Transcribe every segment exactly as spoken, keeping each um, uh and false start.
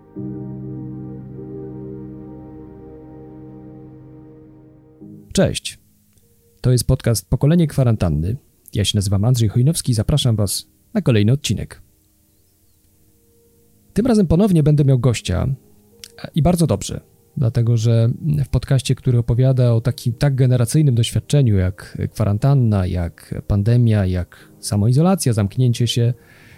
Cześć, to jest podcast Pokolenie Kwarantanny. Ja się nazywam Andrzej Chojnowski i zapraszam Was na kolejny odcinek. Tym razem ponownie będę miał gościa i bardzo dobrze, dlatego że w podcaście, który opowiada o takim tak generacyjnym doświadczeniu jak kwarantanna, jak pandemia, jak samoizolacja, zamknięcie się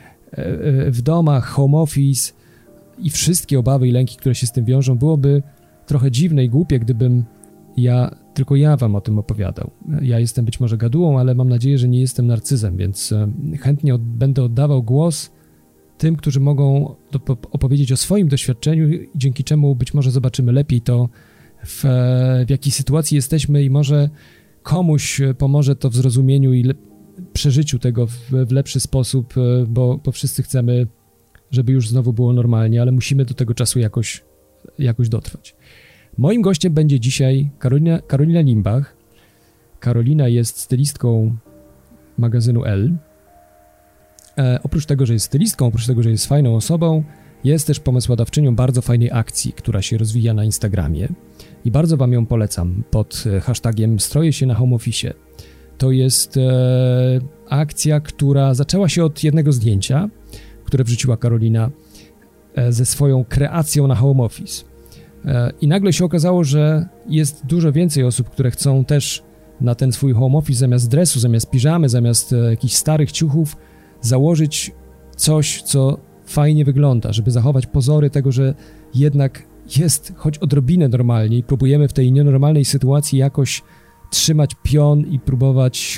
w domach, home office i wszystkie obawy i lęki, które się z tym wiążą, byłoby trochę dziwne i głupie, gdybym ja, tylko ja wam o tym opowiadał. Ja jestem być może gadułą, ale mam nadzieję, że nie jestem narcyzem, więc chętnie od, będę oddawał głos tym, którzy mogą do, opowiedzieć o swoim doświadczeniu, dzięki czemu być może zobaczymy lepiej to, w, w jakiej sytuacji jesteśmy i może komuś pomoże to w zrozumieniu i le, przeżyciu tego w, w lepszy sposób, bo, bo wszyscy chcemy, żeby już znowu było normalnie, ale musimy do tego czasu jakoś, jakoś dotrwać. Moim gościem będzie dzisiaj Karolina, Karolina Limbach. Karolina jest stylistką magazynu Elle. E, oprócz tego, że jest stylistką, oprócz tego, że jest fajną osobą, jest też pomysłodawczynią bardzo fajnej akcji, która się rozwija na Instagramie i bardzo wam ją polecam pod hashtagiem Stroję się na home office. To jest e, akcja, która zaczęła się od jednego zdjęcia, które wrzuciła Karolina e, ze swoją kreacją na home office. I nagle się okazało, że jest dużo więcej osób, które chcą też na ten swój home office zamiast dresu, zamiast piżamy, zamiast jakichś starych ciuchów założyć coś, co fajnie wygląda, żeby zachować pozory tego, że jednak jest choć odrobinę normalnie i próbujemy w tej nienormalnej sytuacji jakoś trzymać pion i próbować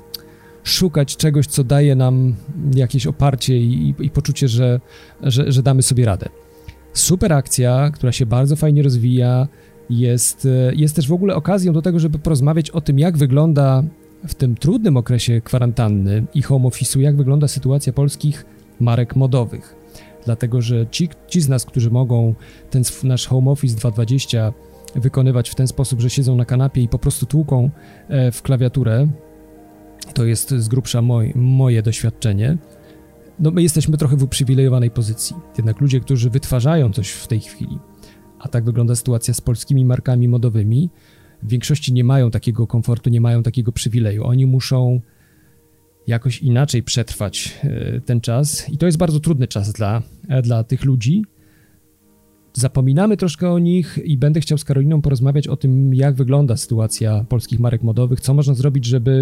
szukać czegoś, co daje nam jakieś oparcie i, i poczucie, że, że, że damy sobie radę. Super akcja, która się bardzo fajnie rozwija, jest, jest też w ogóle okazją do tego, żeby porozmawiać o tym, jak wygląda w tym trudnym okresie kwarantanny i home office'u, jak wygląda sytuacja polskich marek modowych. Dlatego, że ci, ci z nas, którzy mogą ten nasz home office dwa tysiące dwudziesty wykonywać w ten sposób, że siedzą na kanapie i po prostu tłuką w klawiaturę, to jest z grubsza moj, moje doświadczenie. No my jesteśmy trochę w uprzywilejowanej pozycji. Jednak ludzie, którzy wytwarzają coś w tej chwili, a tak wygląda sytuacja z polskimi markami modowymi, w większości nie mają takiego komfortu, nie mają takiego przywileju. Oni muszą jakoś inaczej przetrwać ten czas i to jest bardzo trudny czas dla, dla tych ludzi. Zapominamy troszkę o nich i będę chciał z Karoliną porozmawiać o tym, jak wygląda sytuacja polskich marek modowych, co można zrobić, żeby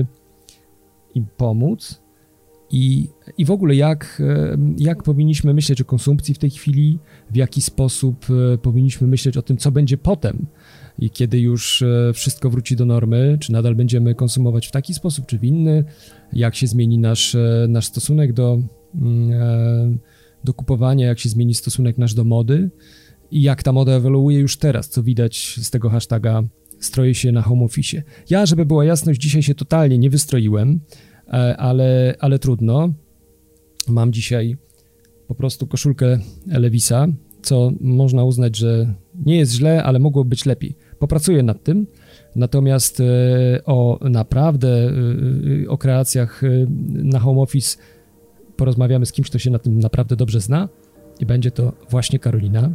im pomóc. I, I w ogóle jak, jak powinniśmy myśleć o konsumpcji w tej chwili, w jaki sposób powinniśmy myśleć o tym, co będzie potem i kiedy już wszystko wróci do normy, czy nadal będziemy konsumować w taki sposób, czy w inny, jak się zmieni nasz, nasz stosunek do, do kupowania, jak się zmieni stosunek nasz do mody i jak ta moda ewoluuje już teraz, co widać z tego hashtaga Stroję się na home office. Ja, żeby była jasność, dzisiaj się totalnie nie wystroiłem, Ale, ale trudno. Mam dzisiaj po prostu koszulkę Lewisa, co można uznać, że nie jest źle, ale mogło być lepiej. Popracuję nad tym. Natomiast o naprawdę o kreacjach na home office porozmawiamy z kimś, kto się na tym naprawdę dobrze zna i będzie to właśnie Karolina.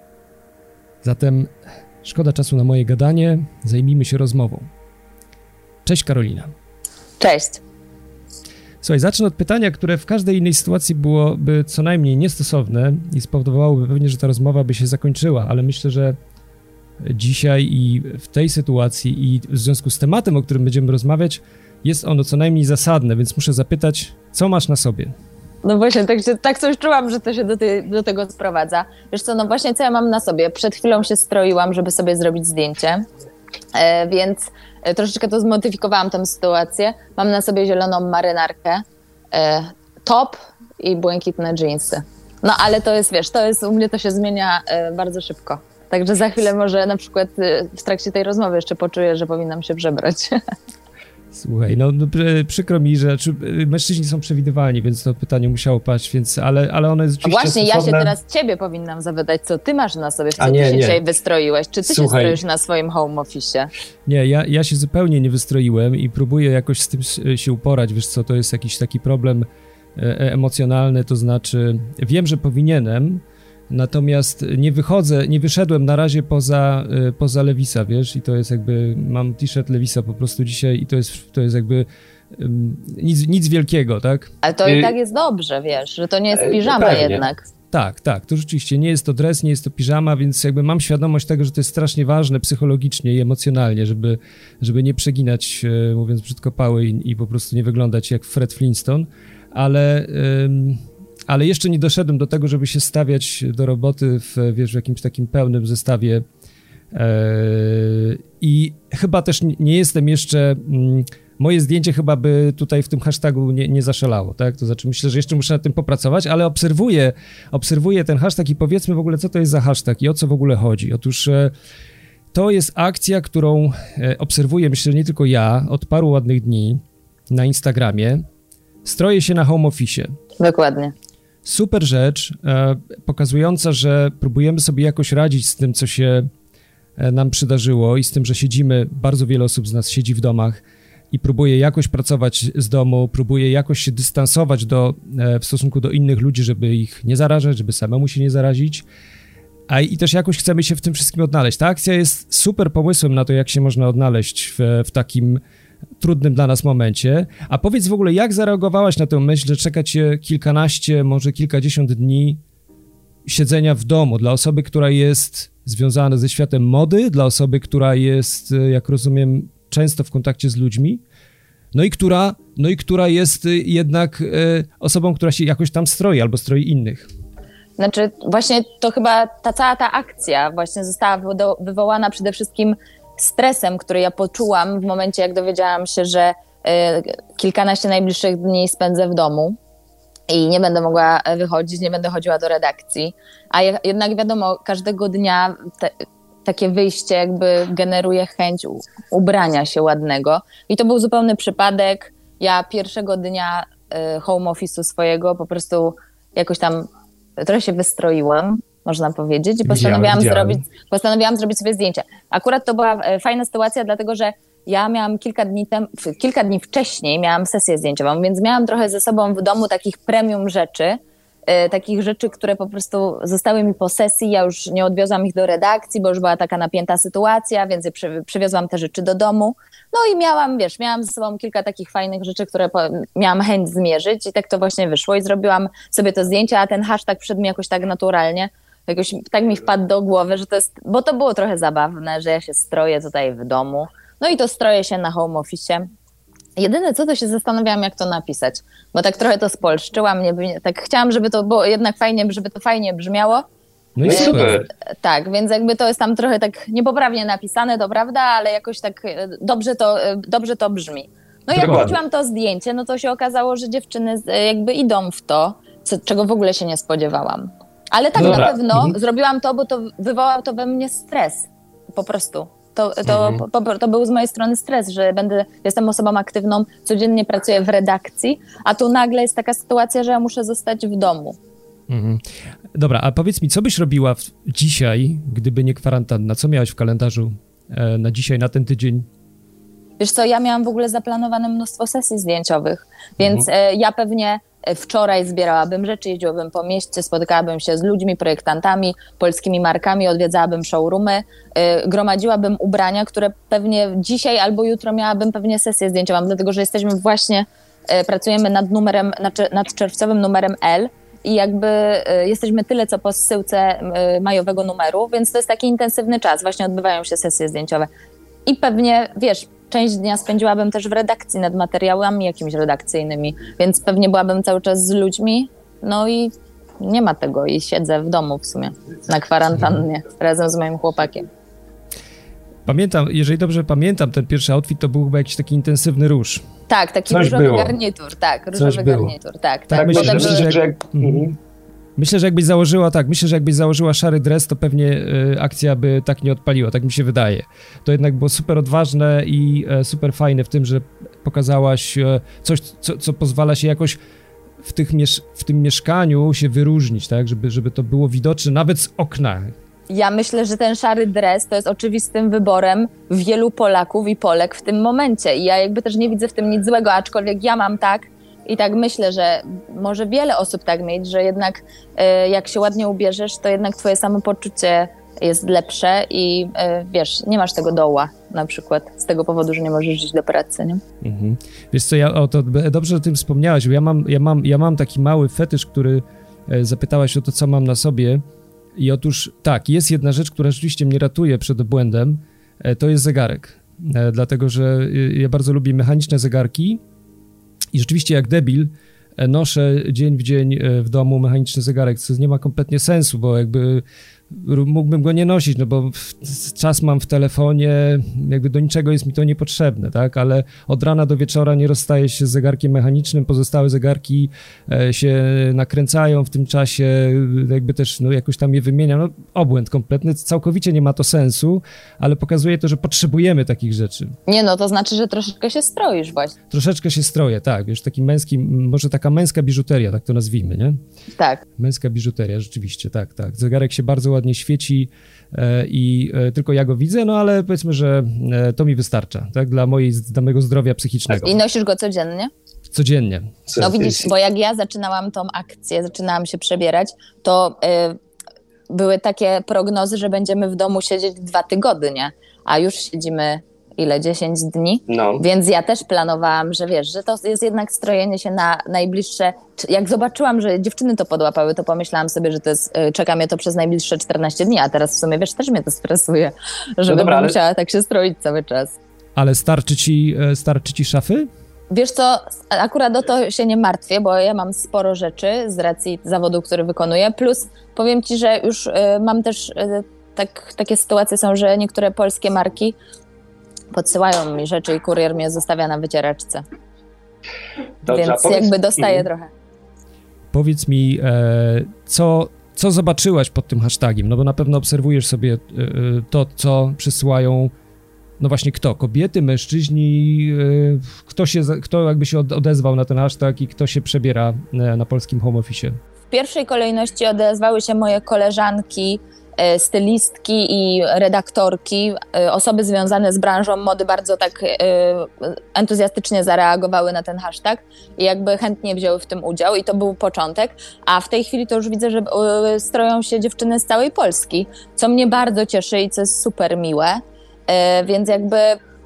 Zatem szkoda czasu na moje gadanie, zajmijmy się rozmową. Cześć Karolina. Cześć. Słuchaj, zacznę od pytania, które w każdej innej sytuacji byłoby co najmniej niestosowne i spowodowałoby pewnie, że ta rozmowa by się zakończyła, ale myślę, że dzisiaj i w tej sytuacji i w związku z tematem, o którym będziemy rozmawiać, jest ono co najmniej zasadne, więc muszę zapytać, co masz na sobie? No właśnie, tak, tak coś czułam, że to się do, tej, do tego sprowadza. Wiesz co, no właśnie co ja mam na sobie? Przed chwilą się stroiłam, żeby sobie zrobić zdjęcie, e, więc troszeczkę to zmodyfikowałam tę sytuację. Mam na sobie zieloną marynarkę, e, top i błękitne dżinsy. No ale to jest, wiesz, to jest, u mnie to się zmienia e, bardzo szybko. Także za chwilę może na przykład e, w trakcie tej rozmowy jeszcze poczuję, że powinnam się przebrać. Słuchaj, no przykro mi, że czy, mężczyźni są przewidywalni, więc to pytanie musiało paść, więc, ale, ale ono jest rzeczywiście Właśnie, stosowne. ja się teraz ciebie powinnam zapytać, co ty masz na sobie, w co A nie, ty się nie. dzisiaj wystroiłeś? Czy ty Słuchaj. się stroisz na swoim home office? Nie, ja, ja się zupełnie nie wystroiłem i próbuję jakoś z tym się uporać, wiesz co, to jest jakiś taki problem e- emocjonalny, to znaczy wiem, że powinienem, Natomiast nie wychodzę, nie wyszedłem na razie poza, poza Lewisa, wiesz, i to jest jakby, mam t-shirt Lewisa po prostu dzisiaj i to jest, to jest jakby um, nic, nic wielkiego, tak? Ale to i tak jest dobrze, wiesz, że to nie jest piżama Pewnie. jednak. Tak, tak, to rzeczywiście nie jest to dres, nie jest to piżama, więc jakby mam świadomość tego, że to jest strasznie ważne psychologicznie i emocjonalnie, żeby, żeby nie przeginać, mówiąc brzydko, pały i, i po prostu nie wyglądać jak Fred Flintstone, ale... Um, ale jeszcze nie doszedłem do tego, żeby się stawiać do roboty w, wiesz, w jakimś takim pełnym zestawie yy, i chyba też nie jestem jeszcze, yy, moje zdjęcie chyba by tutaj w tym hashtagu nie, nie zaszalało, tak, to znaczy myślę, że jeszcze muszę nad tym popracować, ale obserwuję, obserwuję ten hashtag i powiedzmy w ogóle, co to jest za hashtag i o co w ogóle chodzi. Otóż yy, to jest akcja, którą yy, obserwuję, myślę, że nie tylko ja, od paru ładnych dni na Instagramie. Stroję się na home office. Dokładnie. Super rzecz, e, pokazująca, że próbujemy sobie jakoś radzić z tym, co się e, nam przydarzyło i z tym, że siedzimy, bardzo wiele osób z nas siedzi w domach i próbuje jakoś pracować z domu, próbuje jakoś się dystansować do, e, w stosunku do innych ludzi, żeby ich nie zarażać, żeby samemu się nie zarazić, a i też jakoś chcemy się w tym wszystkim odnaleźć. Ta akcja jest super pomysłem na to, jak się można odnaleźć w, w takim trudnym dla nas momencie. A powiedz w ogóle, jak zareagowałaś na tę myśl, że czeka cię kilkanaście, może kilkadziesiąt dni siedzenia w domu dla osoby, która jest związana ze światem mody, dla osoby, która jest, jak rozumiem, często w kontakcie z ludźmi, no i która, no i która jest jednak e, osobą, która się jakoś tam stroi albo stroi innych. Znaczy właśnie to chyba ta cała ta akcja właśnie została wywołana przede wszystkim stresem, który ja poczułam w momencie, jak dowiedziałam się, że y, kilkanaście najbliższych dni spędzę w domu i nie będę mogła wychodzić, nie będę chodziła do redakcji, a je, jednak wiadomo, każdego dnia te, takie wyjście jakby generuje chęć u, ubrania się ładnego i to był zupełny przypadek. Ja pierwszego dnia y, home office'u swojego po prostu jakoś tam trochę się wystroiłam, można powiedzieć, i postanowiłam, widziałem, zrobić, postanowiłam zrobić sobie zdjęcie. Akurat to była fajna sytuacja, dlatego że ja miałam kilka dni, tem, kilka dni wcześniej miałam sesję zdjęciową, więc miałam trochę ze sobą w domu takich premium rzeczy, yy, takich rzeczy, które po prostu zostały mi po sesji, ja już nie odwiozłam ich do redakcji, bo już była taka napięta sytuacja, więc je przy, przywiozłam te rzeczy do domu. No i miałam, wiesz, miałam ze sobą kilka takich fajnych rzeczy, które po, miałam chęć zmierzyć i tak to właśnie wyszło i zrobiłam sobie to zdjęcie, a ten hashtag wszedł mi jakoś tak naturalnie. Jakoś tak mi wpadł do głowy, że to jest, bo to było trochę zabawne, że ja się stroję tutaj w domu, no i to stroję się na home office. Jedyne co, to się zastanawiałam, jak to napisać, bo tak trochę to spolszczyłam, nie, tak chciałam, żeby to było jednak fajnie, żeby to fajnie brzmiało. No i super. Więc, tak, więc jakby to jest tam trochę tak niepoprawnie napisane, to prawda, ale jakoś tak dobrze to, dobrze to brzmi. No i jak wróciłam to zdjęcie, no to się okazało, że dziewczyny jakby idą w to, co, czego w ogóle się nie spodziewałam. Ale tak Dobra. na pewno mhm. zrobiłam to, bo to wywołał to we mnie stres. Po prostu. To, to, mhm. po, to był z mojej strony stres, że będę, jestem osobą aktywną, codziennie pracuję w redakcji, a tu nagle jest taka sytuacja, że ja muszę zostać w domu. Mhm. Dobra, a powiedz mi, co byś robiła w, dzisiaj, gdyby nie kwarantanna? Co miałaś w kalendarzu e, na dzisiaj, na ten tydzień? Wiesz co, ja miałam w ogóle zaplanowane mnóstwo sesji zdjęciowych, więc mhm. e, ja pewnie wczoraj zbierałabym rzeczy, jeździłabym po mieście, spotykałabym się z ludźmi, projektantami, polskimi markami, odwiedzałabym showroomy, yy, gromadziłabym ubrania, które pewnie dzisiaj albo jutro miałabym pewnie sesję zdjęciową, dlatego że jesteśmy właśnie, yy, pracujemy nad numerem, nad, nad czerwcowym numerem L i jakby yy, jesteśmy tyle, co po zsyłce yy, majowego numeru, więc to jest taki intensywny czas, właśnie odbywają się sesje zdjęciowe. I pewnie, wiesz, część dnia spędziłabym też w redakcji nad materiałami jakimiś redakcyjnymi, więc pewnie byłabym cały czas z ludźmi, no i nie ma tego i siedzę w domu w sumie, na kwarantannie, razem z moim chłopakiem. Pamiętam, jeżeli dobrze pamiętam, ten pierwszy outfit to był chyba jakiś taki intensywny róż. Tak, taki Coś różowy było. garnitur, tak, różowy Coś garnitur, było. tak. tak. tak myślę, Potem, że, że, że jak... mhm. Myślę, że jakbyś założyła, tak, myślę, że jakbyś założyła szary dres, to pewnie y, akcja by tak nie odpaliła, tak mi się wydaje. To jednak było super odważne i y, super fajne w tym, że pokazałaś y, coś, co, co pozwala się jakoś w, tych miesz- w tym mieszkaniu się wyróżnić, tak, żeby, żeby to było widoczne nawet z okna. Ja myślę, że ten szary dres to jest oczywistym wyborem wielu Polaków i Polek w tym momencie i ja jakby też nie widzę w tym nic złego, aczkolwiek ja mam tak, I tak myślę, że może wiele osób tak mieć, że jednak y, jak się ładnie ubierzesz, to jednak twoje samopoczucie jest lepsze i y, wiesz, nie masz tego doła na przykład z tego powodu, że nie możesz iść do pracy, nie? Mhm. Wiesz co, ja, o, to dobrze o tym wspomniałaś, bo ja mam, ja, mam, ja mam taki mały fetysz, który e, zapytałaś o to, co mam na sobie i otóż tak, jest jedna rzecz, która rzeczywiście mnie ratuje przed błędem, e, to jest zegarek, e, dlatego, że e, ja bardzo lubię mechaniczne zegarki i rzeczywiście jak debil e, noszę dzień w dzień e, w domu mechaniczny zegarek, co nie ma kompletnie sensu, bo jakby mógłbym go nie nosić, no bo czas mam w telefonie, jakby do niczego jest mi to niepotrzebne, tak, ale od rana do wieczora nie rozstaję się z zegarkiem mechanicznym, pozostałe zegarki e, się nakręcają w tym czasie, jakby też, no jakoś tam je wymieniam, no obłęd kompletny, całkowicie nie ma to sensu, ale pokazuje to, że potrzebujemy takich rzeczy. Nie no, to znaczy, że troszeczkę się stroisz właśnie. Troszeczkę się stroję, tak, wiesz, taki męski, może taka męska biżuteria, tak to nazwijmy, nie? Tak. Męska biżuteria, rzeczywiście, tak, tak. Zegarek się bardzo ładnie świeci e, i e, tylko ja go widzę, no ale powiedzmy, że e, to mi wystarcza, tak, dla, mojej, dla mojego zdrowia psychicznego. I nosisz go codziennie? Codziennie. No widzisz, bo jak ja zaczynałam tą akcję, zaczynałam się przebierać, to y, były takie prognozy, że będziemy w domu siedzieć dwa tygodnie, a już siedzimy ile, dziesięć dni? No. Więc ja też planowałam, że wiesz, że to jest jednak strojenie się na najbliższe... Jak zobaczyłam, że dziewczyny to podłapały, to pomyślałam sobie, że to jest, czeka mnie to przez najbliższe czternaście dni, a teraz w sumie, wiesz, też mnie to stresuje, że no będę ale... musiała tak się stroić cały czas. Ale starczy ci, starczy ci szafy? Wiesz co, akurat o to się nie martwię, bo ja mam sporo rzeczy z racji zawodu, który wykonuję, plus powiem ci, że już y, mam też... Y, tak, takie sytuacje są, że niektóre polskie marki podsyłają mi rzeczy i kurier mnie zostawia na wycieraczce. Dobrze, więc powiedz... jakby dostaję mhm. trochę. Powiedz mi, e, co, co zobaczyłaś pod tym hashtagiem? No bo na pewno obserwujesz sobie e, to, co przysyłają, no właśnie kto? Kobiety, mężczyźni? E, kto, się, kto jakby się odezwał na ten hashtag i kto się przebiera na polskim home office? W pierwszej kolejności odezwały się moje koleżanki, stylistki i redaktorki, osoby związane z branżą mody bardzo tak entuzjastycznie zareagowały na ten hashtag i jakby chętnie wzięły w tym udział i to był początek, a w tej chwili to już widzę, że stroją się dziewczyny z całej Polski, co mnie bardzo cieszy i co jest super miłe, więc jakby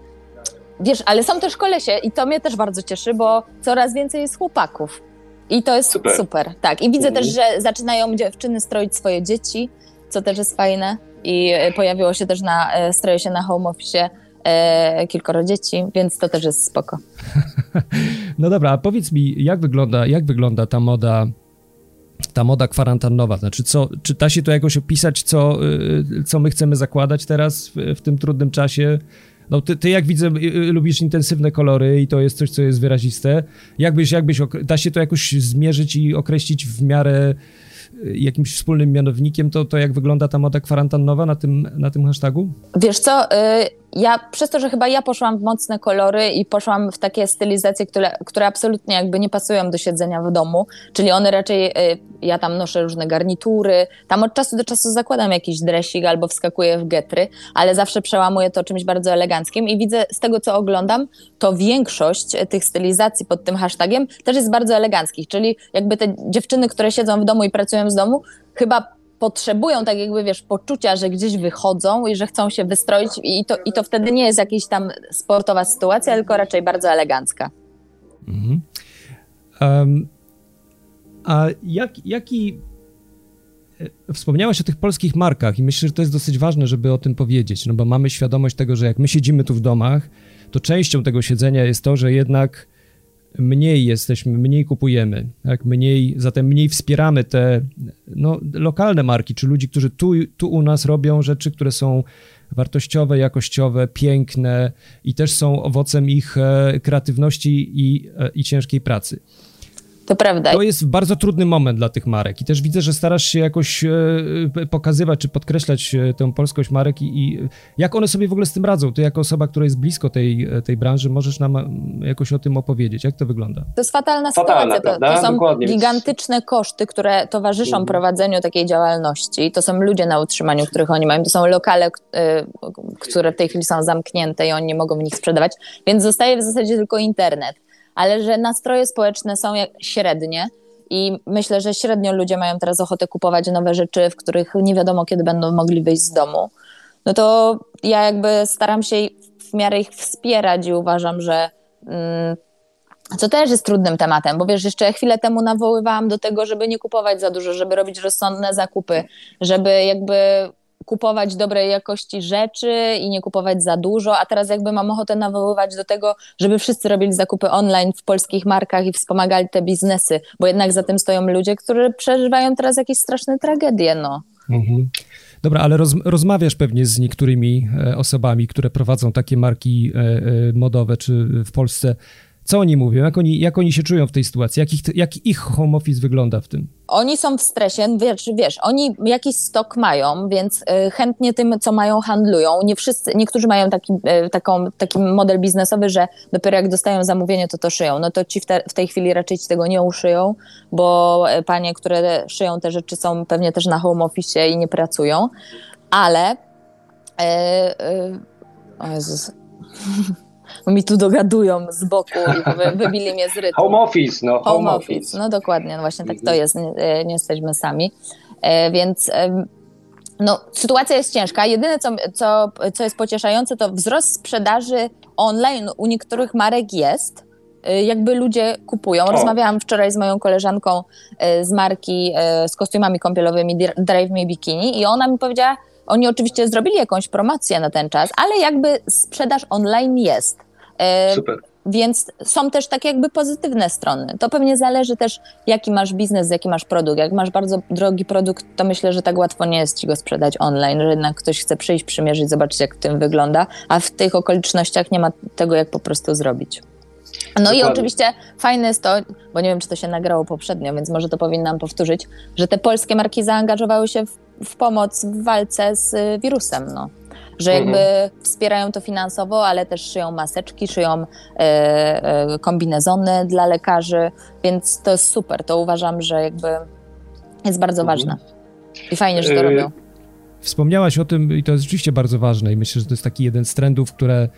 wiesz, ale są też kolesie i to mnie też bardzo cieszy, bo coraz więcej jest chłopaków i to jest super, super tak. I widzę mhm. też, że zaczynają dziewczyny stroić swoje dzieci, co też jest fajne i pojawiło się też na, stroje się na home office e, kilkoro dzieci, więc to też jest spoko. No dobra, a powiedz mi, jak wygląda, jak wygląda ta moda, ta moda kwarantannowa? Znaczy, co, czy da się to jakoś opisać, co, co my chcemy zakładać teraz w, w tym trudnym czasie? No ty, ty jak widzę, lubisz intensywne kolory i to jest coś, co jest wyraziste. Jakbyś, jakbyś, da się to jakoś zmierzyć i określić w miarę jakimś wspólnym mianownikiem, to, to jak wygląda ta moda kwarantannowa na tym, na tym hashtagu? Wiesz co, ja przez to, że chyba ja poszłam w mocne kolory i poszłam w takie stylizacje, które, które absolutnie jakby nie pasują do siedzenia w domu, czyli one raczej, ja tam noszę różne garnitury, tam od czasu do czasu zakładam jakiś dresik albo wskakuję w getry, ale zawsze przełamuję to czymś bardzo eleganckim i widzę z tego, co oglądam, to większość tych stylizacji pod tym hashtagiem też jest bardzo eleganckich, czyli jakby te dziewczyny, które siedzą w domu i pracują z domu, chyba potrzebują tak jakby, wiesz, poczucia, że gdzieś wychodzą i że chcą się wystroić i to, i to wtedy nie jest jakaś tam sportowa sytuacja, tylko raczej bardzo elegancka. Mhm. Um, a jak, jaki... Wspomniałaś o tych polskich markach i myślę, że to jest dosyć ważne, żeby o tym powiedzieć, no bo mamy świadomość tego, że jak my siedzimy tu w domach, to częścią tego siedzenia jest to, że jednak mniej jesteśmy, mniej kupujemy, tak? Mniej, zatem mniej wspieramy te no, lokalne marki, czy ludzi, którzy tu, tu u nas robią rzeczy, które są wartościowe, jakościowe, piękne i też są owocem ich e, kreatywności i, e, i ciężkiej pracy. To prawda. To jest bardzo trudny moment dla tych marek i też widzę, że starasz się jakoś e, pokazywać czy podkreślać e, tę polskość marek i, i jak one sobie w ogóle z tym radzą. Ty jako osoba, która jest blisko tej, tej branży, możesz nam jakoś o tym opowiedzieć. Jak to wygląda? To jest fatalna, fatalna sytuacja. To, to są Dokładnie. gigantyczne koszty, które towarzyszą mhm. prowadzeniu takiej działalności. To są ludzie na utrzymaniu, których oni mają. To są lokale, y, które w tej chwili są zamknięte i oni nie mogą w nich sprzedawać, więc zostaje w zasadzie tylko internet. ale że nastroje społeczne są jak średnie i myślę, że średnio ludzie mają teraz ochotę kupować nowe rzeczy, w których nie wiadomo, kiedy będą mogli wyjść z domu. No to ja jakby staram się w miarę ich wspierać i uważam, że mm, co też jest trudnym tematem, bo wiesz, jeszcze chwilę temu nawoływałam do tego, żeby nie kupować za dużo, żeby robić rozsądne zakupy, żeby jakby kupować dobrej jakości rzeczy i nie kupować za dużo, a teraz jakby mam ochotę nawoływać do tego, żeby wszyscy robili zakupy online w polskich markach i wspomagali te biznesy, bo jednak za tym stoją ludzie, którzy przeżywają teraz jakieś straszne tragedie, no. Mhm. Dobra, ale roz, rozmawiasz pewnie z niektórymi e, osobami, które prowadzą takie marki e, e, modowe czy w Polsce. Co oni mówią? Jak oni, jak oni się czują w tej sytuacji? Jak ich, jak ich home office wygląda w tym? Oni są w stresie, wiesz, wiesz, oni jakiś stok mają, więc y, chętnie tym, co mają, handlują. Nie wszyscy, niektórzy mają taki, y, taką, taki model biznesowy, że dopiero jak dostają zamówienie, to to szyją. No to ci w, te, w tej chwili raczej ci tego nie uszyją, bo panie, które szyją te rzeczy, są pewnie też na home office i nie pracują, ale... Y, y, o Jezus... mi tu dogadują z boku i wybili mnie z rytmu. Home office, no. Home, home office. office, no dokładnie, no właśnie tak to jest, nie, nie jesteśmy sami, e, więc e, no, sytuacja jest ciężka. Jedyne, co, co, co jest pocieszające, to wzrost sprzedaży online u niektórych marek jest, e, jakby ludzie kupują. O. Rozmawiałam wczoraj z moją koleżanką e, z marki e, z kostiumami kąpielowymi Drive Me Bikini i ona mi powiedziała, oni oczywiście zrobili jakąś promocję na ten czas, ale jakby sprzedaż online jest. Super. Więc są też takie jakby pozytywne strony. To pewnie zależy też, jaki masz biznes, jaki masz produkt. Jak masz bardzo drogi produkt, to myślę, że tak łatwo nie jest ci go sprzedać online, że jednak ktoś chce przyjść, przymierzyć, zobaczyć, jak w tym wygląda, a w tych okolicznościach nie ma tego, jak po prostu zrobić. No Dokładnie. I oczywiście fajne jest to, bo nie wiem, czy to się nagrało poprzednio, więc może to powinnam powtórzyć, że te polskie marki zaangażowały się w, w pomoc w walce z wirusem, no. Że jakby mhm. wspierają to finansowo, ale też szyją maseczki, szyją e, e, kombinezony dla lekarzy, więc to jest super. To uważam, że jakby jest bardzo mhm. ważne i fajnie, że to robią. Wspomniałaś o tym i to jest rzeczywiście bardzo ważne i myślę, że to jest taki jeden z trendów, które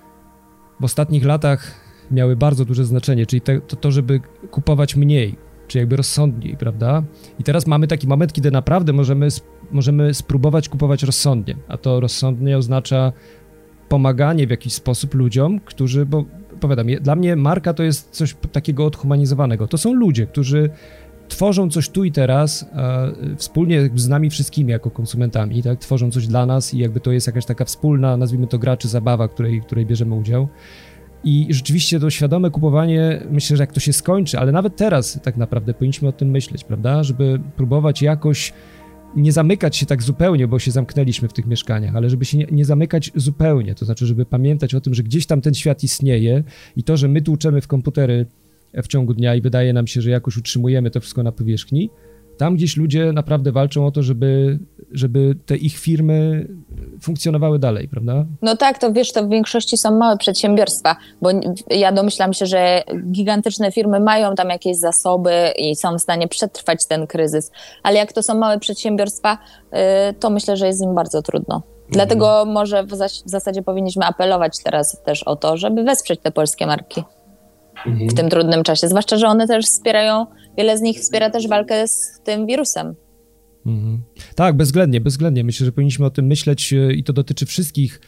w ostatnich latach miały bardzo duże znaczenie, czyli te, to, to, żeby kupować mniej, czy jakby rozsądniej, prawda? I teraz mamy taki moment, kiedy naprawdę możemy, możemy spróbować kupować rozsądnie, a to rozsądnie oznacza pomaganie w jakiś sposób ludziom, którzy, bo powiadam, dla mnie marka to jest coś takiego odhumanizowanego. To są ludzie, którzy tworzą coś tu i teraz, e, wspólnie z nami wszystkimi jako konsumentami, tak? Tworzą coś dla nas i jakby to jest jakaś taka wspólna, nazwijmy to gra czy zabawa, której, której bierzemy udział. I rzeczywiście to świadome kupowanie, myślę, że jak to się skończy, ale nawet teraz tak naprawdę powinniśmy o tym myśleć, prawda? Żeby próbować jakoś nie zamykać się tak zupełnie, bo się zamknęliśmy w tych mieszkaniach, ale żeby się nie, nie zamykać zupełnie, to znaczy, żeby pamiętać o tym, że gdzieś tam ten świat istnieje i to, że my tłuczemy w komputery w ciągu dnia i wydaje nam się, że jakoś utrzymujemy to wszystko na powierzchni, tam gdzieś ludzie naprawdę walczą o to, żeby, żeby te ich firmy funkcjonowały dalej, prawda? No tak, to wiesz, to w większości są małe przedsiębiorstwa, bo ja domyślam się, że gigantyczne firmy mają tam jakieś zasoby i są w stanie przetrwać ten kryzys, ale jak to są małe przedsiębiorstwa, to myślę, że jest im bardzo trudno. Mhm. Dlatego może w, zas- w zasadzie powinniśmy apelować teraz też o to, żeby wesprzeć te polskie marki. Mhm. W tym trudnym czasie, zwłaszcza, że one też wspierają, wiele z nich wspiera też walkę z tym wirusem. Mhm. Tak, bezwzględnie, bezwzględnie. Myślę, że powinniśmy o tym myśleć i to dotyczy wszystkich,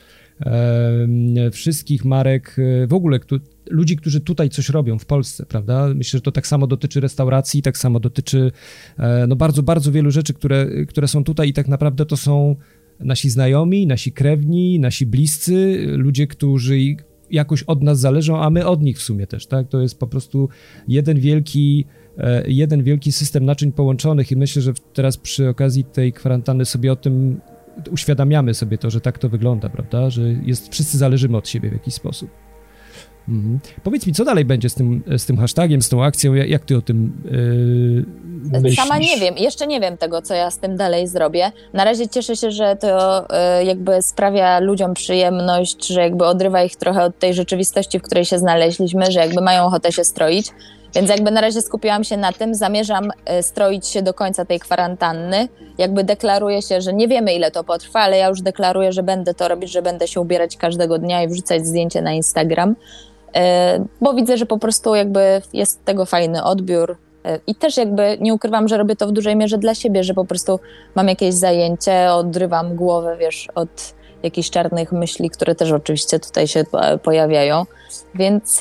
e, wszystkich marek, w ogóle kto, ludzi, którzy tutaj coś robią w Polsce, prawda? Myślę, że to tak samo dotyczy restauracji, tak samo dotyczy e, no bardzo, bardzo wielu rzeczy, które, które są tutaj i tak naprawdę to są nasi znajomi, nasi krewni, nasi bliscy, ludzie, którzy jakoś od nas zależą, a my od nich w sumie też, tak? To jest po prostu jeden wielki, jeden wielki system naczyń połączonych i myślę, że teraz przy okazji tej kwarantanny sobie o tym uświadamiamy sobie to, że tak to wygląda, prawda? Że jest, wszyscy zależymy od siebie w jakiś sposób. Mhm. Powiedz mi, co dalej będzie z tym, z tym hashtagiem, z tą akcją? Jak ty o tym yy, myślisz? Sama nie wiem, jeszcze nie wiem tego, co ja z tym dalej zrobię. Na razie cieszę się, że to yy, jakby sprawia ludziom przyjemność, że jakby odrywa ich trochę od tej rzeczywistości, w której się znaleźliśmy, że jakby mają ochotę się stroić. Więc jakby na razie skupiłam się na tym, zamierzam y, stroić się do końca tej kwarantanny. Jakby deklaruję się, że nie wiemy, ile to potrwa, ale ja już deklaruję, że będę to robić, że będę się ubierać każdego dnia i wrzucać zdjęcie na Instagram. bo widzę, że po prostu jakby jest tego fajny odbiór i też jakby nie ukrywam, że robię to w dużej mierze dla siebie, że po prostu mam jakieś zajęcie, odrywam głowę, wiesz, od jakichś czarnych myśli, które też oczywiście tutaj się pojawiają, więc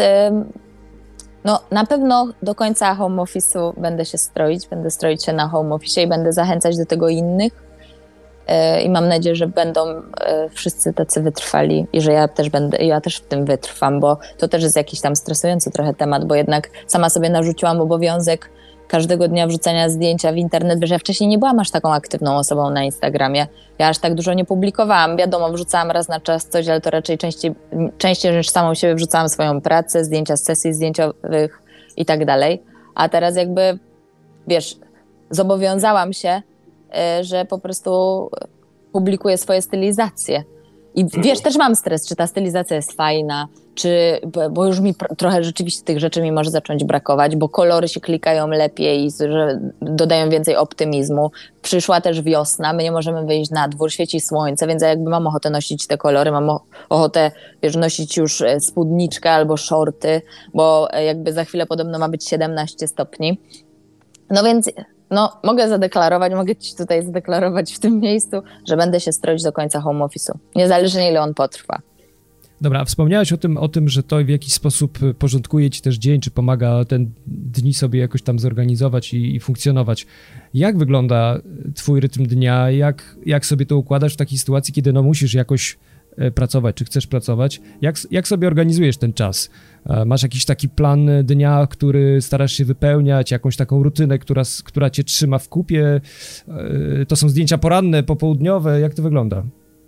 no na pewno do końca home office'u będę się stroić, będę stroić się na home office i będę zachęcać do tego innych i mam nadzieję, że będą wszyscy tacy wytrwali i że ja też będę, ja też w tym wytrwam, bo to też jest jakiś tam stresujący trochę temat, bo jednak sama sobie narzuciłam obowiązek każdego dnia wrzucania zdjęcia w internet, wiesz, ja wcześniej nie byłam aż taką aktywną osobą na Instagramie, ja aż tak dużo nie publikowałam, wiadomo, wrzucałam raz na czas coś, ale to raczej częściej, częściej niż samą siebie wrzucałam swoją pracę, zdjęcia z sesji zdjęciowych i tak dalej, a teraz jakby, wiesz, zobowiązałam się, że po prostu publikuję swoje stylizacje. I wiesz, też mam stres, czy ta stylizacja jest fajna, czy, bo już mi trochę rzeczywiście tych rzeczy mi może zacząć brakować, bo kolory się klikają lepiej, że dodają więcej optymizmu. Przyszła też wiosna, my nie możemy wyjść na dwór, świeci słońce, więc ja jakby mam ochotę nosić te kolory, mam ochotę, wiesz, nosić już spódniczkę albo shorty, bo jakby za chwilę podobno ma być siedemnaście stopni. No więc no, mogę zadeklarować, mogę ci tutaj zadeklarować w tym miejscu, że będę się stroić do końca home office'u, niezależnie ile on potrwa. Dobra, wspomniałeś o tym, o tym, że to w jakiś sposób porządkuje ci też dzień, czy pomaga ten dni sobie jakoś tam zorganizować i, i funkcjonować. Jak wygląda twój rytm dnia? Jak, jak sobie to układasz w takiej sytuacji, kiedy no musisz jakoś pracować, czy chcesz pracować? Jak, jak sobie organizujesz ten czas? Masz jakiś taki plan dnia, który starasz się wypełniać, jakąś taką rutynę, która, która cię trzyma w kupie? To są zdjęcia poranne, popołudniowe? Jak to wygląda?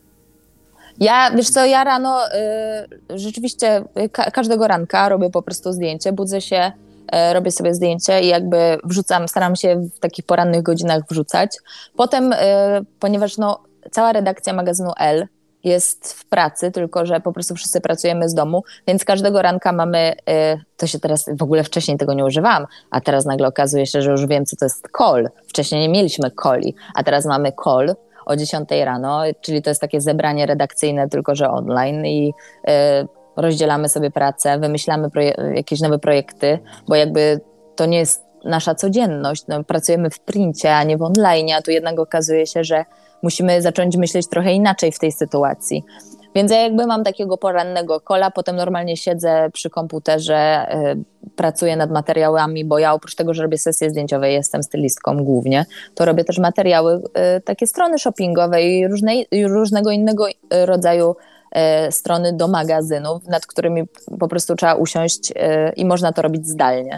Ja, wiesz co, ja rano y, rzeczywiście ka- każdego ranka robię po prostu zdjęcie, budzę się, y, robię sobie zdjęcie i jakby wrzucam, staram się w takich porannych godzinach wrzucać. Potem, y, ponieważ no, cała redakcja magazynu Elle jest w pracy, tylko że po prostu wszyscy pracujemy z domu, więc każdego ranka mamy, y, to się teraz, w ogóle wcześniej tego nie używałam, a teraz nagle okazuje się, że już wiem, co to jest call. Wcześniej nie mieliśmy calli, a teraz mamy call o dziesiątej rano, czyli to jest takie zebranie redakcyjne, tylko że online i y, rozdzielamy sobie pracę, wymyślamy proje- jakieś nowe projekty, bo jakby to nie jest nasza codzienność, no, pracujemy w princie, a nie w online, a tu jednak okazuje się, że musimy zacząć myśleć trochę inaczej w tej sytuacji. Więc ja jakby mam takiego porannego kola, potem normalnie siedzę przy komputerze, y, pracuję nad materiałami, bo ja oprócz tego, że robię sesje zdjęciowe, jestem stylistką głównie, to robię też materiały, y, takie strony shoppingowe i różne, i różnego innego rodzaju y, strony do magazynów, nad którymi po prostu trzeba usiąść y, i można to robić zdalnie.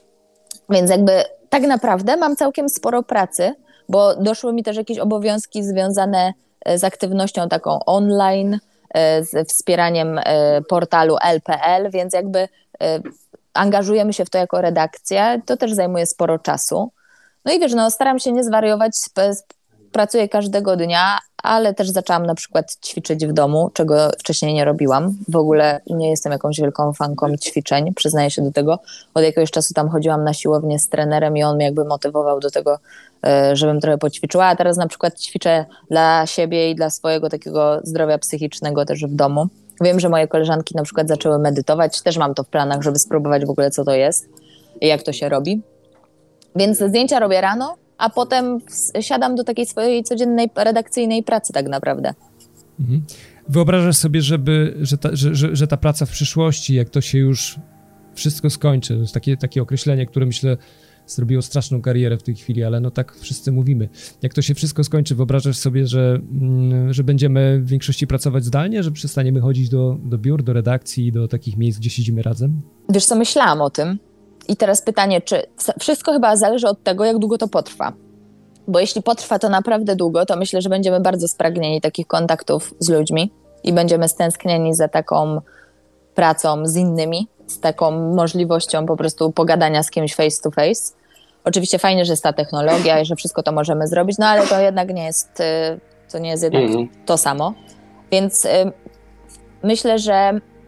Więc jakby tak naprawdę mam całkiem sporo pracy, bo doszły mi też jakieś obowiązki związane z aktywnością taką online, z wspieraniem portalu elle kropka pe el, więc jakby angażujemy się w to jako redakcja, to też zajmuje sporo czasu. No i wiesz, no staram się nie zwariować, pracuję każdego dnia, ale też zaczęłam na przykład ćwiczyć w domu, czego wcześniej nie robiłam. W ogóle nie jestem jakąś wielką fanką ćwiczeń, przyznaję się do tego. Od jakiegoś czasu tam chodziłam na siłownię z trenerem i on mnie jakby motywował do tego, żebym trochę poćwiczyła, a teraz na przykład ćwiczę dla siebie i dla swojego takiego zdrowia psychicznego też w domu. Wiem, że moje koleżanki na przykład zaczęły medytować, też mam to w planach, żeby spróbować w ogóle co to jest i jak to się robi. Więc zdjęcia robię rano, a potem siadam do takiej swojej codziennej redakcyjnej pracy tak naprawdę. Mhm. Wyobrażasz sobie, żeby, że, ta, że, że, że ta praca w przyszłości, jak to się już wszystko skończy, to jest takie, takie określenie, które myślę zrobiło straszną karierę w tej chwili, ale no tak wszyscy mówimy. Jak to się wszystko skończy, wyobrażasz sobie, że, że będziemy w większości pracować zdalnie, że przestaniemy chodzić do, do biur, do redakcji, do takich miejsc, gdzie siedzimy razem? Wiesz co, myślałam o tym i teraz pytanie, czy wszystko chyba zależy od tego, jak długo to potrwa. Bo jeśli potrwa to naprawdę długo, to myślę, że będziemy bardzo spragnieni takich kontaktów z ludźmi i będziemy stęsknieni za taką pracą z innymi, z taką możliwością po prostu pogadania z kimś face to face. Oczywiście fajnie, że jest ta technologia i że wszystko to możemy zrobić, no ale to jednak nie jest, to nie jest jednak mm. to samo. Więc y, myślę, że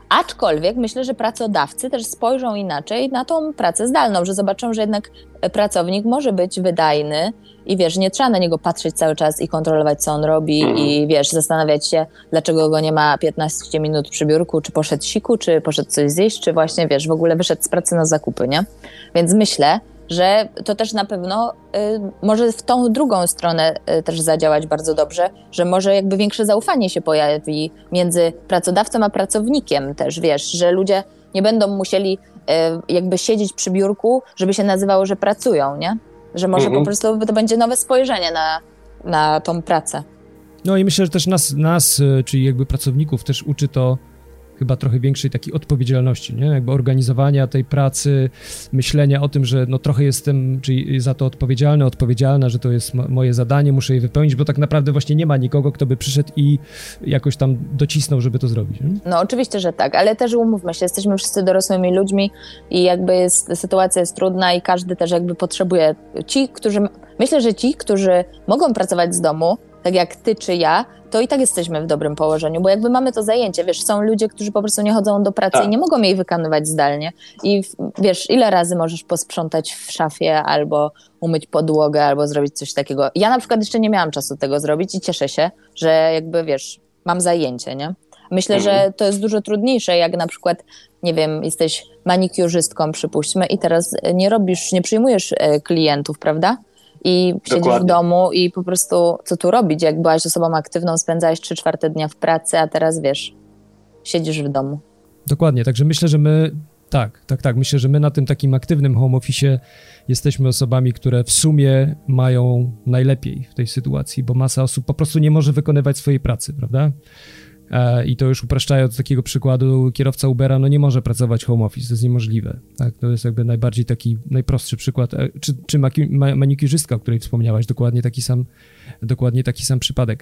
Aczkolwiek myślę, że pracodawcy też spojrzą inaczej na tą pracę zdalną, że zobaczą, że jednak pracownik może być wydajny i wiesz, nie trzeba na niego patrzeć cały czas i kontrolować, co on robi mm. i wiesz, zastanawiać się, dlaczego go nie ma piętnaście minut przy biurku, czy poszedł siku, czy poszedł coś zjeść, czy właśnie wiesz, w ogóle wyszedł z pracy na zakupy, nie? Więc myślę, że to też na pewno y, może w tą drugą stronę y, też zadziałać bardzo dobrze, że może jakby większe zaufanie się pojawi między pracodawcą a pracownikiem też, wiesz, że ludzie nie będą musieli y, jakby siedzieć przy biurku, żeby się nazywało, że pracują, nie? Że może mhm. po prostu to będzie nowe spojrzenie na, na tą pracę. No i myślę, że też nas, nas, czyli jakby pracowników też uczy to chyba trochę większej takiej odpowiedzialności, nie? Jakby organizowania tej pracy, myślenia o tym, że no trochę jestem czyli za to odpowiedzialny, odpowiedzialna, że to jest mo- moje zadanie, muszę je wypełnić, bo tak naprawdę właśnie nie ma nikogo, kto by przyszedł i jakoś tam docisnął, żeby to zrobić. Nie? No oczywiście, że tak, ale też umówmy się, jesteśmy wszyscy dorosłymi ludźmi i jakby jest, sytuacja jest trudna i każdy też jakby potrzebuje. Ci, którzy, myślę, że ci, którzy mogą pracować z domu, tak jak ty czy ja, to i tak jesteśmy w dobrym położeniu, bo jakby mamy to zajęcie, wiesz, są ludzie, którzy po prostu nie chodzą do pracy tak. i nie mogą jej wykonywać zdalnie i wiesz, ile razy możesz posprzątać w szafie albo umyć podłogę, albo zrobić coś takiego. Ja na przykład jeszcze nie miałam czasu tego zrobić i cieszę się, że jakby, wiesz, mam zajęcie, nie? Myślę, mhm. że to jest dużo trudniejsze, jak na przykład, nie wiem, jesteś manikiurzystką, przypuśćmy, i teraz nie robisz, nie przyjmujesz klientów, prawda? I siedzisz Dokładnie. w domu i po prostu co tu robić, jak byłaś osobą aktywną, spędzałeś trzy czwarte dnia w pracy, a teraz wiesz, siedzisz w domu. Dokładnie, także myślę, że my, tak, tak, tak, myślę, że my na tym takim aktywnym home office jesteśmy osobami, które w sumie mają najlepiej w tej sytuacji, bo masa osób po prostu nie może wykonywać swojej pracy, prawda? I to już upraszczając takiego przykładu, kierowca Ubera no nie może pracować home office, to jest niemożliwe. Tak? To jest jakby najbardziej taki, najprostszy przykład. Czy, czy manikiurzystka, o której wspomniałaś, dokładnie taki sam, dokładnie taki sam przypadek.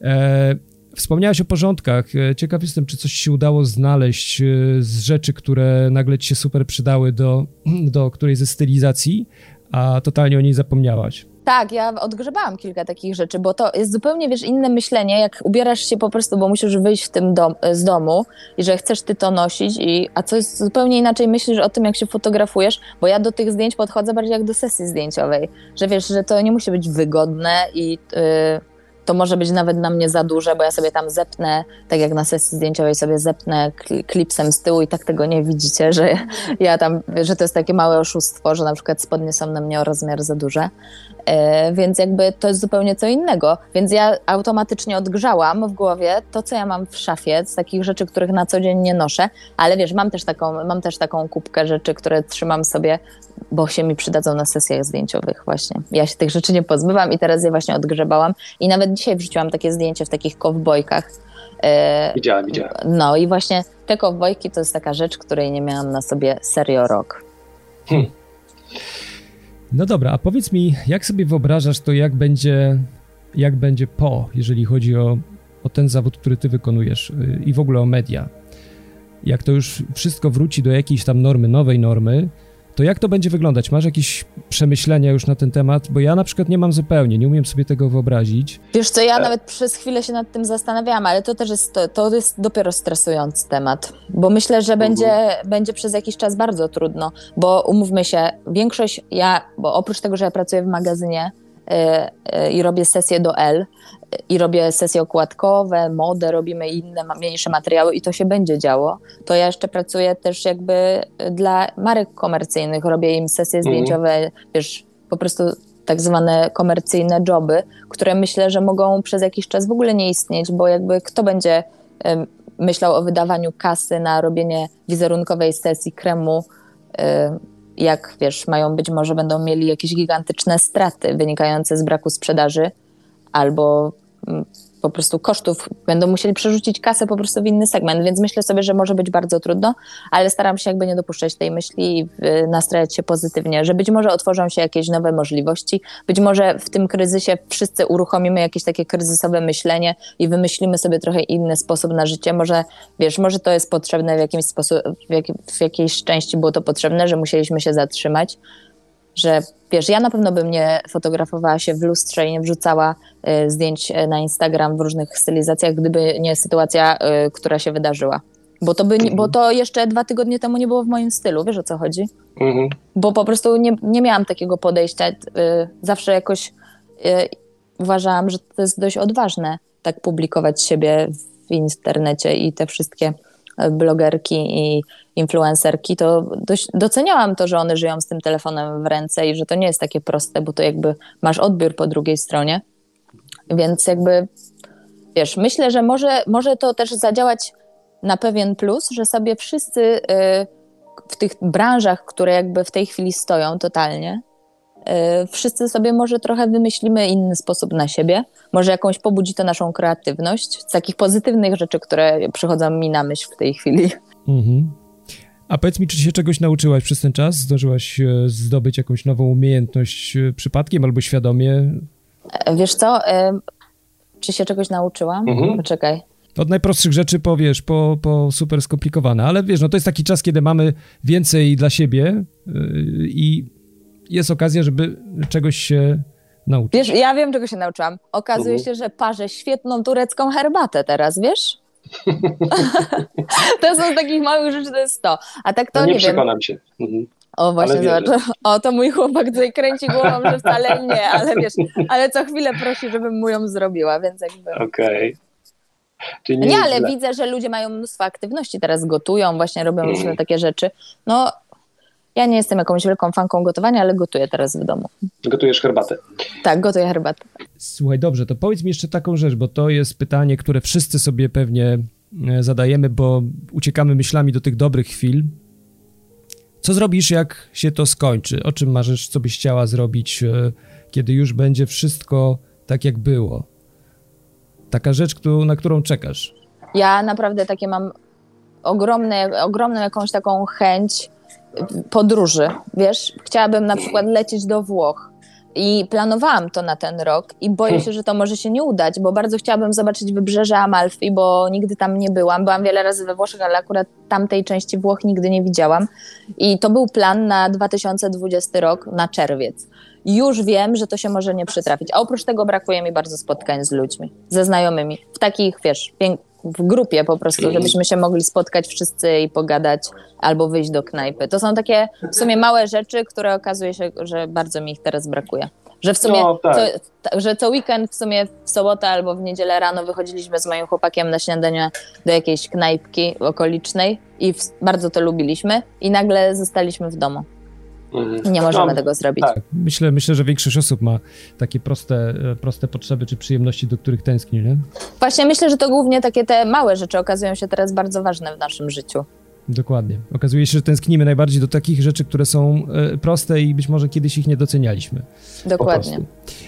E, wspomniałaś o porządkach. Ciekaw jestem, czy coś się udało znaleźć z rzeczy, które nagle ci się super przydały do, do którejś ze stylizacji, a totalnie o niej zapomniałaś. Tak, ja odgrzebałam kilka takich rzeczy, bo to jest zupełnie, wiesz, inne myślenie, jak ubierasz się po prostu, bo musisz wyjść w tym dom, z domu i że chcesz ty to nosić, i, a co jest zupełnie inaczej myślisz o tym, jak się fotografujesz, bo ja do tych zdjęć podchodzę bardziej jak do sesji zdjęciowej, że wiesz, że to nie musi być wygodne i yy, to może być nawet na mnie za duże, bo ja sobie tam zepnę, tak jak na sesji zdjęciowej sobie zepnę klipsem z tyłu i tak tego nie widzicie, że ja tam, że to jest takie małe oszustwo, że na przykład spodnie są na mnie o rozmiar za duże. Yy, więc jakby to jest zupełnie co innego. Więc ja automatycznie odgrzałam w głowie to, co ja mam w szafie, z takich rzeczy, których na co dzień nie noszę, ale wiesz, mam też taką, mam też taką kubkę rzeczy, które trzymam sobie, bo się mi przydadzą na sesjach zdjęciowych właśnie. Ja się tych rzeczy nie pozbywam i teraz je właśnie odgrzebałam i nawet dzisiaj wrzuciłam takie zdjęcie w takich kowbojkach. Yy, widziałem, widziałem. No i właśnie te kowbojki to jest taka rzecz, której nie miałam na sobie serio rok. Hmm. No dobra, a powiedz mi, jak sobie wyobrażasz to, jak będzie, jak będzie po, jeżeli chodzi o, o ten zawód, który ty wykonujesz yy, i w ogóle o media. Jak to już wszystko wróci do jakiejś tam normy, nowej normy, to jak to będzie wyglądać? Masz jakieś przemyślenia już na ten temat? Bo ja na przykład nie mam zupełnie, nie umiem sobie tego wyobrazić. Wiesz co, ja nawet przez chwilę się nad tym zastanawiałam, ale to też jest, to, to jest dopiero stresujący temat, bo myślę, że będzie, uh-huh. będzie przez jakiś czas bardzo trudno, bo umówmy się, większość, ja, bo oprócz tego, że ja pracuję w magazynie yy, yy, i robię sesje do L, i robię sesje okładkowe, modę, robimy inne, mniejsze materiały i to się będzie działo, to ja jeszcze pracuję też jakby dla marek komercyjnych, robię im sesje zdjęciowe, mm. wiesz, po prostu tak zwane komercyjne joby, które myślę, że mogą przez jakiś czas w ogóle nie istnieć, bo jakby kto będzie y, myślał o wydawaniu kasy na robienie wizerunkowej sesji kremu, y, jak wiesz, mają być może będą mieli jakieś gigantyczne straty wynikające z braku sprzedaży, albo po prostu kosztów, będą musieli przerzucić kasę po prostu w inny segment, więc myślę sobie, że może być bardzo trudno, ale staram się jakby nie dopuszczać tej myśli i nastrajać się pozytywnie, że być może otworzą się jakieś nowe możliwości, być może w tym kryzysie wszyscy uruchomimy jakieś takie kryzysowe myślenie i wymyślimy sobie trochę inny sposób na życie, może wiesz, może to jest potrzebne w jakimś sposób, w, jak, w jakiejś części było to potrzebne, że musieliśmy się zatrzymać, że wiesz, ja na pewno bym nie fotografowała się w lustrze i nie wrzucała y, zdjęć na Instagram w różnych stylizacjach, gdyby nie sytuacja, y, która się wydarzyła. Bo to, by, bo to jeszcze dwa tygodnie temu nie było w moim stylu, wiesz o co chodzi? Mhm. Bo po prostu nie, nie miałam takiego podejścia. Zawsze jakoś uważałam, że to jest dość odważne tak publikować siebie w internecie i te wszystkie blogerki i influencerki, to dość doceniałam to, że one żyją z tym telefonem w ręce i że to nie jest takie proste, bo to jakby masz odbiór po drugiej stronie. Więc jakby, wiesz, myślę, że może, może to też zadziałać na pewien plus, że sobie wszyscy y, w tych branżach, które jakby w tej chwili stoją totalnie, y, wszyscy sobie może trochę wymyślimy inny sposób na siebie. Może jakąś pobudzi to naszą kreatywność z takich pozytywnych rzeczy, które przychodzą mi na myśl w tej chwili. Mhm. A powiedz mi, czy się czegoś nauczyłaś przez ten czas? Zdążyłaś zdobyć jakąś nową umiejętność przypadkiem albo świadomie? Wiesz co, y, czy się czegoś nauczyłam? Mhm. Poczekaj. Od najprostszych rzeczy powiesz, po, po super skomplikowane, ale wiesz, no to jest taki czas, kiedy mamy więcej dla siebie yy, i jest okazja, żeby czegoś się nauczyć. Wiesz, ja wiem, czego się nauczyłam. Okazuje mhm. się, że parzę świetną turecką herbatę teraz, wiesz? To są z takich małych rzeczy, to jest to. A tak to no nie, nie przekonam wiem. się. Mhm. O, właśnie zobacz. O, to mój chłopak tutaj kręci głową, że wcale nie, ale wiesz, ale co chwilę prosi, żebym mu ją zrobiła, więc jakby... Okej. Okay. Nie, nie ale źle. Widzę, że ludzie mają mnóstwo aktywności, teraz gotują, właśnie robią mm. różne takie rzeczy. No, ja nie jestem jakąś wielką fanką gotowania, ale gotuję teraz w domu. Gotujesz herbatę? Tak, gotuję herbatę. Słuchaj, dobrze, to powiedz mi jeszcze taką rzecz, bo to jest pytanie, które wszyscy sobie pewnie zadajemy, bo uciekamy myślami do tych dobrych chwil. Co zrobisz, jak się to skończy? O czym marzysz, co byś chciała zrobić, kiedy już będzie wszystko tak, jak było? Taka rzecz, na którą czekasz. Ja naprawdę takie mam ogromne, ogromną jakąś taką chęć podróży, wiesz? Chciałabym na przykład lecieć do Włoch i planowałam to na ten rok i boję się, że to może się nie udać, bo bardzo chciałabym zobaczyć wybrzeże Amalfi, bo nigdy tam nie byłam. Byłam wiele razy we Włoszech, ale akurat tamtej części Włoch nigdy nie widziałam. I to był plan na dwa tysiące dwudziesty rok, na czerwiec. Już wiem, że to się może nie przytrafić. A oprócz tego brakuje mi bardzo spotkań z ludźmi, ze znajomymi. W takich, wiesz, w grupie po prostu, żebyśmy się mogli spotkać wszyscy i pogadać albo wyjść do knajpy. To są takie w sumie małe rzeczy, które okazuje się, że bardzo mi ich teraz brakuje. Że w sumie, no, tak. co, że co weekend w sumie w sobotę albo w niedzielę rano wychodziliśmy z moim chłopakiem na śniadanie do jakiejś knajpki okolicznej i w, bardzo to lubiliśmy i nagle zostaliśmy w domu. I nie możemy no, tego zrobić. Tak. Myślę, myślę, że większość osób ma takie proste, proste potrzeby czy przyjemności, do których tęskni, nie? Właśnie myślę, że to głównie takie te małe rzeczy okazują się teraz bardzo ważne w naszym życiu. Dokładnie. Okazuje się, że tęsknimy najbardziej do takich rzeczy, które są proste i być może kiedyś ich nie docenialiśmy. Dokładnie.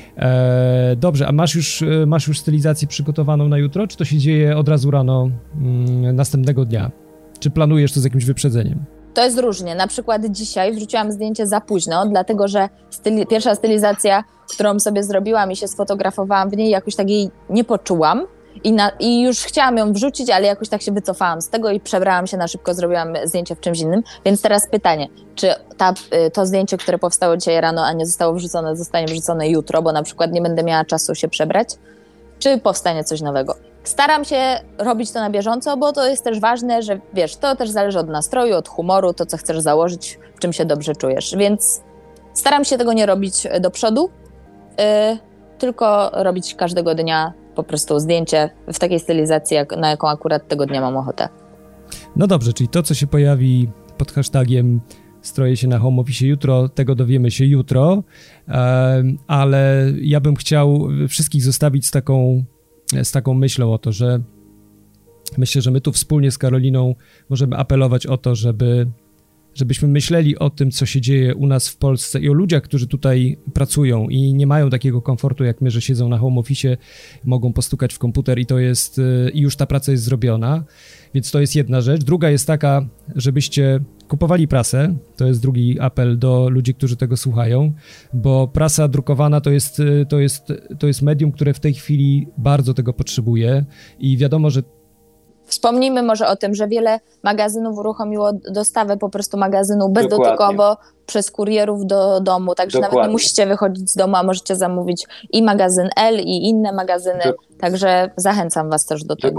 E, dobrze, a masz już, masz już stylizację przygotowaną na jutro, czy to się dzieje od razu rano mm, następnego dnia? Czy planujesz to z jakimś wyprzedzeniem? To jest różnie. Na przykład dzisiaj wrzuciłam zdjęcie za późno, dlatego że styli- pierwsza stylizacja, którą sobie zrobiłam i się sfotografowałam w niej, jakoś tak jej nie poczułam i, na, i już chciałam ją wrzucić, ale jakoś tak się wycofałam z tego i przebrałam się na szybko, zrobiłam zdjęcie w czymś innym. Więc teraz pytanie, czy ta, to zdjęcie, które powstało dzisiaj rano, a nie zostało wrzucone, zostanie wrzucone jutro, bo na przykład nie będę miała czasu się przebrać, czy powstanie coś nowego? Staram się robić to na bieżąco, bo to jest też ważne, że wiesz, to też zależy od nastroju, od humoru, to co chcesz założyć, w czym się dobrze czujesz, więc staram się tego nie robić do przodu, yy, tylko robić każdego dnia po prostu zdjęcie w takiej stylizacji, jak, na jaką akurat tego dnia mam ochotę. No dobrze, czyli to, co się pojawi pod hashtagiem stroję się na home office jutro, tego dowiemy się jutro, yy, ale ja bym chciał wszystkich zostawić z taką z taką myślą o to, że myślę, że my tu wspólnie z Karoliną możemy apelować o to, żeby, żebyśmy myśleli o tym, co się dzieje u nas w Polsce i o ludziach, którzy tutaj pracują i nie mają takiego komfortu jak my, że siedzą na home office, mogą postukać w komputer i to jest, i już ta praca jest zrobiona, więc to jest jedna rzecz. Druga jest taka, żebyście kupowali prasę, to jest drugi apel do ludzi, którzy tego słuchają, bo prasa drukowana to jest, to jest, to jest medium, które w tej chwili bardzo tego potrzebuje i wiadomo, że Wspomnijmy może o tym, że wiele magazynów uruchomiło dostawę po prostu magazynu bezdotykowo przez kurierów do domu, także Dokładnie. Nawet nie musicie wychodzić z domu, a możecie zamówić i magazyn L, i inne magazyny, Dok- także zachęcam was też do tego. Dokładnie.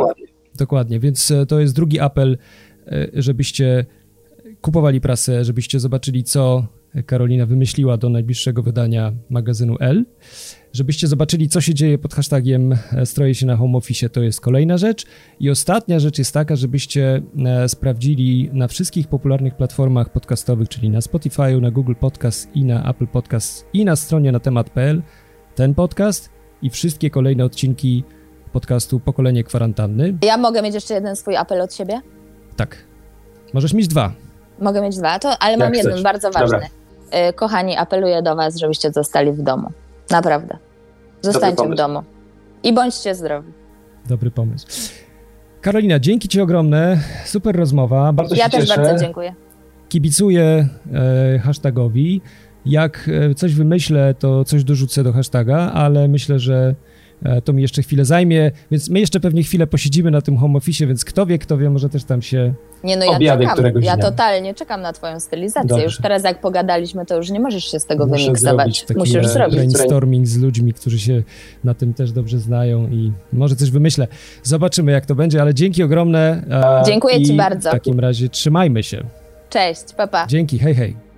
dokładnie, więc to jest drugi apel, żebyście kupowali prasę, żebyście zobaczyli, co Karolina wymyśliła do najbliższego wydania magazynu L, żebyście zobaczyli, co się dzieje pod hashtagiem stroję się na home office, to jest kolejna rzecz. I ostatnia rzecz jest taka, żebyście sprawdzili na wszystkich popularnych platformach podcastowych, czyli na Spotify'u, na Google Podcast i na Apple Podcast i na stronie na temat kropka p l ten podcast i wszystkie kolejne odcinki podcastu Pokolenie Kwarantanny. Ja mogę mieć jeszcze jeden swój apel od siebie? Tak. Możesz mieć dwa. Mogę mieć dwa, to, ale Jak mam jeden chcesz. bardzo ważny. Dobra. Y, Kochani, apeluję do was, żebyście zostali w domu. Naprawdę. Zostańcie w pomysł. domu. I bądźcie zdrowi. Dobry pomysł. Karolina, dzięki ci ogromne. Super rozmowa. Bardzo Ja się też cieszę. bardzo dziękuję. Kibicuję e, hashtagowi. Jak e, coś wymyślę, to coś dorzucę do hashtaga, ale myślę, że e, to mi jeszcze chwilę zajmie, więc my jeszcze pewnie chwilę posiedzimy na tym home office, więc kto wie, kto wie, może też tam się... Nie no, ja Obiady czekam. któregoś Ja dnia. totalnie czekam na twoją stylizację. Dobrze. Już teraz jak pogadaliśmy, to już nie możesz się z tego Muszę wymiksować. zrobić taki Musisz e, zrobić. brainstorming z ludźmi, którzy się na tym też dobrze znają i może coś wymyślę. Zobaczymy, jak to będzie, ale dzięki ogromne. e, Dziękuję i ci bardzo. W takim razie trzymajmy się. Cześć, pa pa. Dzięki, hej, hej.